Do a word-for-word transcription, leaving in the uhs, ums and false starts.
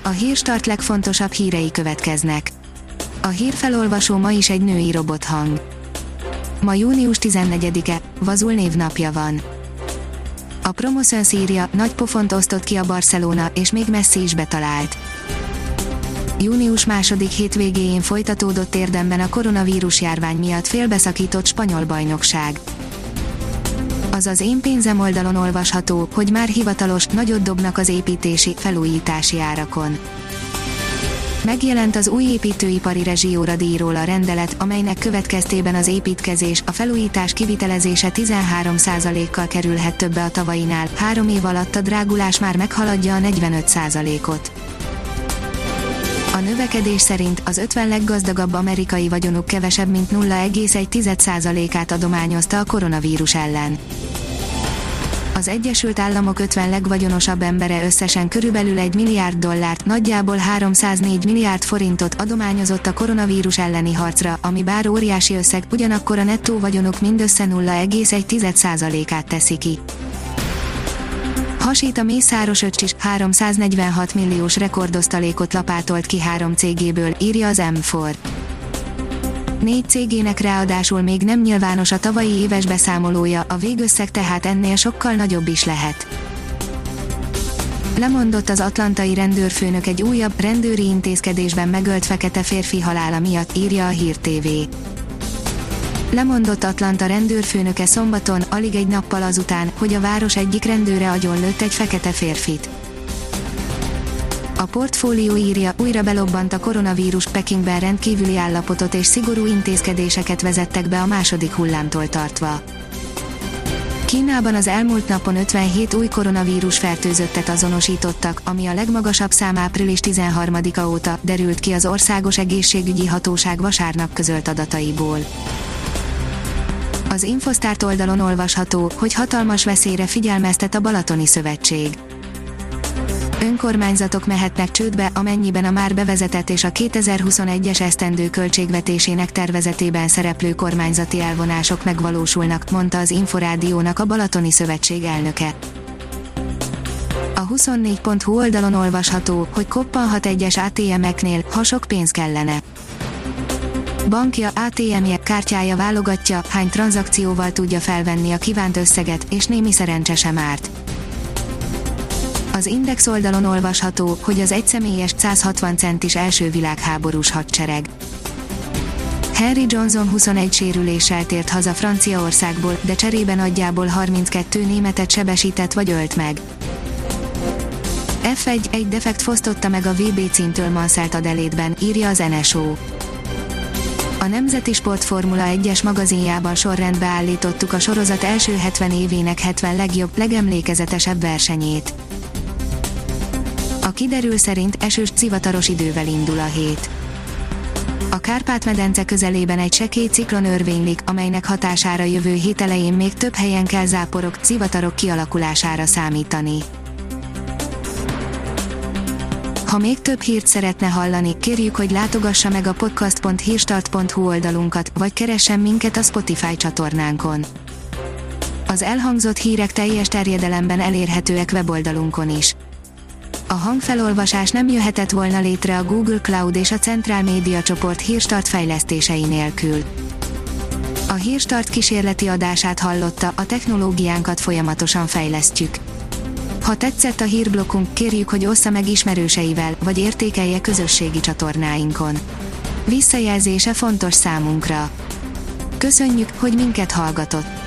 A Hírstart legfontosabb hírei következnek. A hírfelolvasó ma is egy női robothang. Ma június tizennegyedike, Vazul névnapja van. A Promoszöns írja, nagy pofont osztott ki a Barcelona, és még Messi is betalált. Június második hétvégéjén folytatódott érdemben a koronavírus járvány miatt félbeszakított spanyol bajnokság. Az az Én pénzem oldalon olvasható, hogy már hivatalos, nagyot dobnak az építési, felújítási árakon. Megjelent az új építőipari rezsijóradíjról a rendelet, amelynek következtében az építkezés, a felújítás kivitelezése tizenhárom százalékkal kerülhet többe a tavainál, három év alatt a drágulás már meghaladja a negyvenöt százalékot. A növekedés szerint az ötven leggazdagabb amerikai vagyonuk kevesebb mint nulla egész egy százalékát adományozta a koronavírus ellen. Az Egyesült Államok ötven legvagyonosabb embere összesen körülbelül egy milliárd dollárt, nagyjából háromszáznégy milliárd forintot adományozott a koronavírus elleni harcra, ami bár óriási összeg, ugyanakkor a nettó vagyonuk mindössze nulla egész egy százalékát teszi ki. Hasít a Mészáros öccsis, háromszáznegyvenhat milliós rekordosztalékot lapátolt ki három cégéből, írja az M négy. Négy cégének ráadásul még nem nyilvános a tavalyi éves beszámolója, a végösszeg tehát ennél sokkal nagyobb is lehet. Lemondott az atlantai rendőrfőnök egy újabb, rendőri intézkedésben megölt fekete férfi halála miatt, írja a Hír té vé. Lemondott Atlanta rendőrfőnöke szombaton, alig egy nappal azután, hogy a város egyik rendőre agyonlőtt egy fekete férfit. A Portfólió írja, újra belobbant a koronavírus, Pekingben rendkívüli állapotot és szigorú intézkedéseket vezettek be a második hullámtól tartva. Kínában az elmúlt napon ötvenhét új koronavírus fertőzöttet azonosítottak, ami a legmagasabb szám április tizenharmadika óta, derült ki az Országos Egészségügyi Hatóság vasárnap közölt adataiból. Az Infosztárt oldalon olvasható, hogy hatalmas veszélyre figyelmeztet a Balatoni Szövetség. Önkormányzatok mehetnek csődbe, amennyiben a már bevezetett és a kétezer-huszonegyes esztendő költségvetésének tervezetében szereplő kormányzati elvonások megvalósulnak, mondta az Inforádiónak a Balatoni Szövetség elnöke. A huszonnégy pont hu oldalon olvasható, hogy koppanhat egyes á té emeknél, ha sok pénz kellene. Bankja, á té emje, kártyája válogatja, hány tranzakcióval tudja felvenni a kívánt összeget, és némi szerencse sem árt. Az Index oldalon olvasható, hogy az egyszemélyes, száz hatvan centis első világháborús hadsereg. Henry Johnson huszonegy sérüléssel tért haza Franciaországból, de cserében nagyjából harminckettő németet sebesített vagy ölt meg. ef egy, egy defekt fosztotta meg a vé bé címtől Mansell Adelaide-ben, írja az en es o. A Nemzeti Sport Formula egyes magazinjában sorrendbe állítottuk a sorozat első hetven évének hetven legjobb, legemlékezetesebb versenyét. A kiderül szerint esős, zivataros idővel indul a hét. A Kárpát-medence közelében egy sekély ciklon örvénylik, amelynek hatására jövő hét elején még több helyen kell záporok, zivatarok kialakulására számítani. Ha még több hírt szeretne hallani, kérjük, hogy látogassa meg a podcast pont hírstart pont hu oldalunkat, vagy keressen minket a Spotify csatornánkon. Az elhangzott hírek teljes terjedelemben elérhetőek weboldalunkon is. A hangfelolvasás nem jöhetett volna létre a Google Cloud és a Centrál Média csoport Hírstart fejlesztései nélkül. A Hírstart kísérleti adását hallotta, a technológiánkat folyamatosan fejlesztjük. Ha tetszett a hírblokkunk, kérjük, hogy ossza meg ismerőseivel, vagy értékelje közösségi csatornáinkon. Visszajelzése fontos számunkra. Köszönjük, hogy minket hallgatott!